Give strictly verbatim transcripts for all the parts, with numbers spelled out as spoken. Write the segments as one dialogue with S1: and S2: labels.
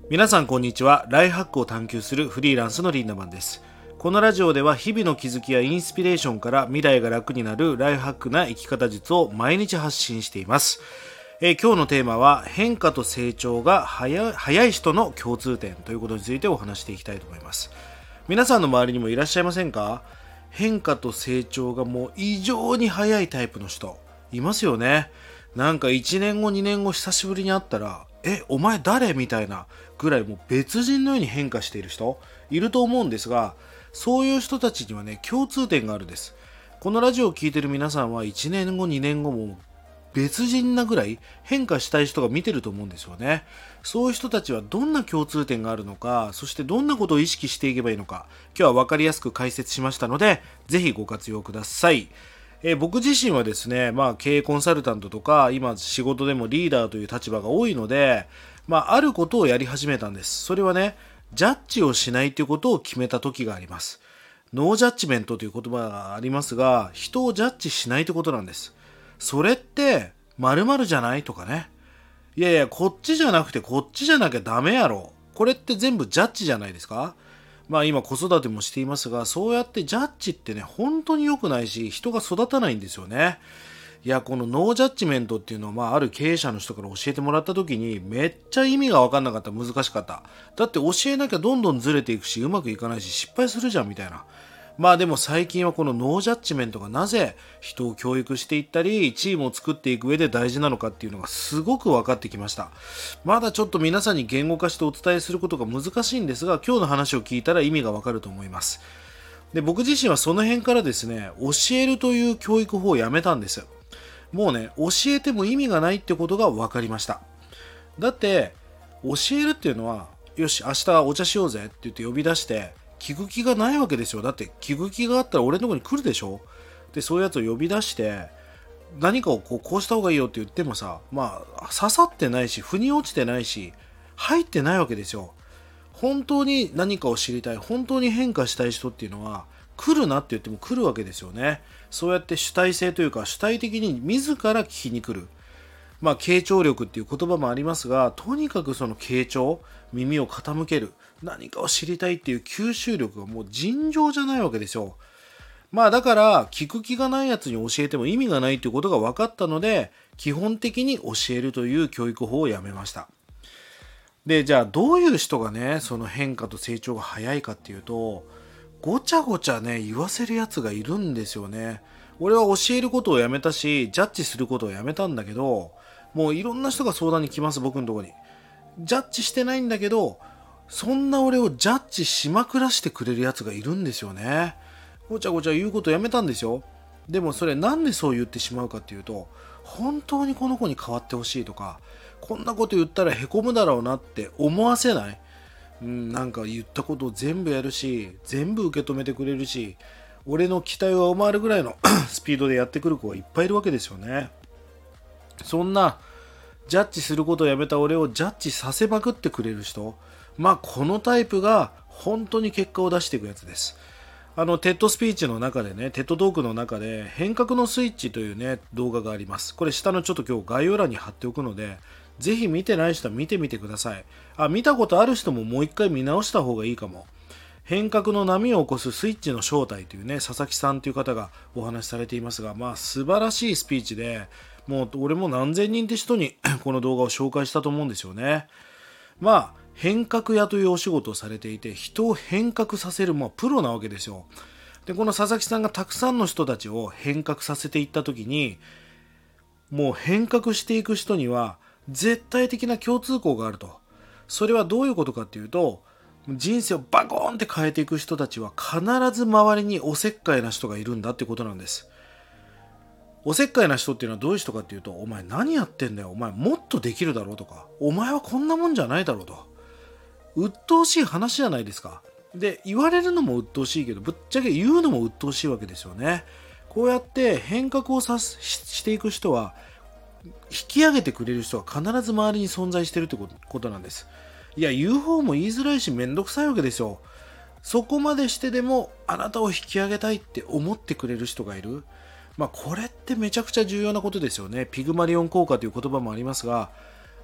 S1: 皆さんこんにちは。ライフハックを探求するフリーランスのリンダマンです。このラジオでは日々の気づきやインスピレーションから未来が楽になるライフハックな生き方術を毎日発信しています。えー、今日のテーマは変化と成長が早い、早い人の共通点ということについてお話していきたいと思います。皆さんの周りにもいらっしゃいませんか？変化と成長がもう異常に早いタイプの人いますよね。なんかいちねんごにねんご久しぶりに会ったらえお前誰みたいなぐらいもう別人のように変化している人いると思うんですが、そういう人たちにはね共通点があるんです。このラジオを聞いている皆さんはいちねんごにねんごも別人なぐらい変化したい人が見てると思うんですよね。そういう人たちはどんな共通点があるのか、そしてどんなことを意識していけばいいのか、今日は分かりやすく解説しましたので、ぜひご活用ください。えー僕自身はですね、まあ、経営コンサルタントとか今仕事でもリーダーという立場が多いので、まあ、あることをやり始めたんです。それはね、ジャッジをしないということを決めた時があります。ノージャッジメントという言葉がありますが、人をジャッジしないということなんです。それって〇〇じゃないとかね、いやいやこっちじゃなくてこっちじゃなきゃダメやろ、これって全部ジャッジじゃないですか。まあ今子育てもしていますが、そうやってジャッジってね本当に良くないし、人が育たないんですよね。いや、このノージャッジメントっていうのを、まあ、ある経営者の人から教えてもらった時にめっちゃ意味が分かんなかった。難しかった。だって教えなきゃどんどんずれていくし、うまくいかないし失敗するじゃんみたいな。まあでも最近はこのノージャッジメントがなぜ人を教育していったりチームを作っていく上で大事なのかっていうのがすごく分かってきました。まだちょっと皆さんに言語化してお伝えすることが難しいんですが、今日の話を聞いたら意味が分かると思います。で、僕自身はその辺からですね、教えるという教育法をやめたんです。もうね、教えても意味がないってことが分かりました。だって教えるっていうのは、よし明日お茶しようぜって言って呼び出して聞く気がないわけですよ。だって聞く気があったら俺のところに来るでしょ。でそういうやつを呼び出して何かをこうこうした方がいいよって言ってもさ、まあ刺さってないし腑に落ちてないし入ってないわけですよ。本当に何かを知りたい、本当に変化したい人っていうのは来るなって言っても来るわけですよね。そうやって主体性というか主体的に自ら聞きに来る。まあ傾聴力っていう言葉もありますが、とにかくその傾聴、耳を傾ける、何かを知りたいっていう吸収力がもう尋常じゃないわけですよ。まあだから聞く気がないやつに教えても意味がないということが分かったので、基本的に教えるという教育法をやめました。で、じゃあどういう人がね、その変化と成長が早いかっていうと、ごちゃごちゃね、言わせるやつがいるんですよね。俺は教えることをやめたし、ジャッジすることをやめたんだけど、もういろんな人が相談に来ます、僕のところに。ジャッジしてないんだけど、そんな俺をジャッジしまくらしてくれるやつがいるんですよね。ごちゃごちゃ言うことやめたんですよ。でもそれなんでそう言ってしまうかっていうと、本当にこの子に変わってほしいとか、こんなこと言ったらへこむだろうなって思わせない。うん、なんか言ったことを全部やるし、全部受け止めてくれるし、俺の期待を上回るぐらいのスピードでやってくる子がいっぱいいるわけですよね。そんなジャッジすることをやめた俺をジャッジさせまくってくれる人、まあこのタイプが本当に結果を出していくやつです。あのテッドスピーチの中でね、テッドトークの中で変革のスイッチというね動画があります。これ下のちょっと今日概要欄に貼っておくので、ぜひ見てない人は見てみてください。あ、見たことある人ももう一回見直した方がいいかも。変革の波を起こすスイッチの正体というね、佐々木さんという方がお話しされていますが、まあ素晴らしいスピーチで、もう俺も何千人って人にこの動画を紹介したと思うんですよね。まあ変革屋というお仕事をされていて、人を変革させる、まあ、プロなわけですよ。でこの佐々木さんがたくさんの人たちを変革させていった時に、もう変革していく人には絶対的な共通項があると。それはどういうことかっていうと、人生をバコーンって変えていく人たちは必ず周りにおせっかいな人がいるんだってことなんです。おせっかいな人っていうのはどういう人かっていうと、お前何やってんだよ、お前もっとできるだろうとか、お前はこんなもんじゃないだろうと、鬱陶しい話じゃないですか。で言われるのも鬱陶しいけど、ぶっちゃけ言うのも鬱陶しいわけですよね。こうやって変革をさししていく人は、引き上げてくれる人が必ず周りに存在しているということなんです。いや、言う方も言いづらいしめんどくさいわけですよ。そこまでしてでもあなたを引き上げたいって思ってくれる人がいる。まあこれってめちゃくちゃ重要なことですよね。ピグマリオン効果という言葉もありますが、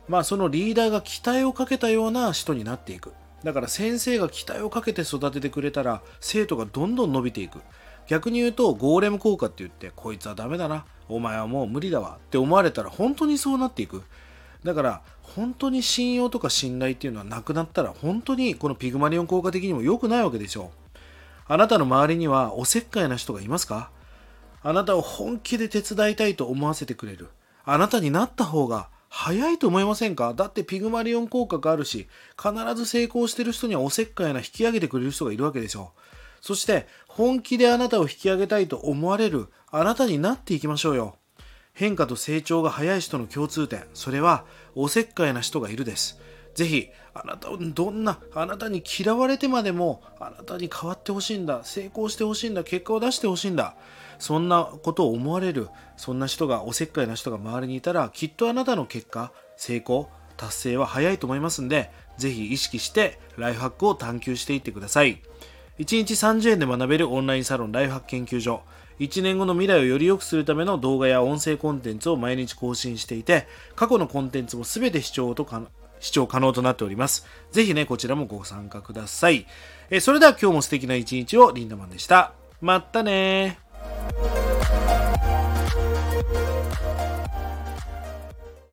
S1: まあそのリーダーが期待をかけたような人になっていく。だから先生が期待をかけて育ててくれたら生徒がどんどん伸びていく。逆に言うとゴーレム効果って言って、こいつはダメだな、お前はもう無理だわって思われたら本当にそうなっていく。だから本当に信用とか信頼っていうのはなくなったら、本当にこのピグマリオン効果的にも良くないわけでしょう。あなたの周りにはおせっかいな人がいますか？あなたを本気で手伝いたいと思わせてくれる、あなたになった方が早いと思いませんか？だってピグマリオン効果があるし、必ず成功してる人にはおせっかいな引き上げてくれる人がいるわけでしょう。そして本気であなたを引き上げたいと思われるあなたになっていきましょうよ。変化と成長が早い人の共通点、それはおせっかいな人がいるです。ぜひあなたをどんな、あなたに嫌われてまでもあなたに変わってほしいんだ、成功してほしいんだ、結果を出してほしいんだ、そんなことを思われる、そんな人が、おせっかいな人が周りにいたら、きっとあなたの結果、成功、達成は早いと思いますんで、ぜひ意識してライフハックを探求していってください。いちにちさんじゅうえんで学べるオンラインサロンライフハック研究所、いちねんごの未来をより良くするための動画や音声コンテンツを毎日更新していて、過去のコンテンツもすべて視聴とか視聴可能となっております。ぜひね、こちらもご参加ください。えそれでは今日も素敵な一日を。リンダマンでした。またねー。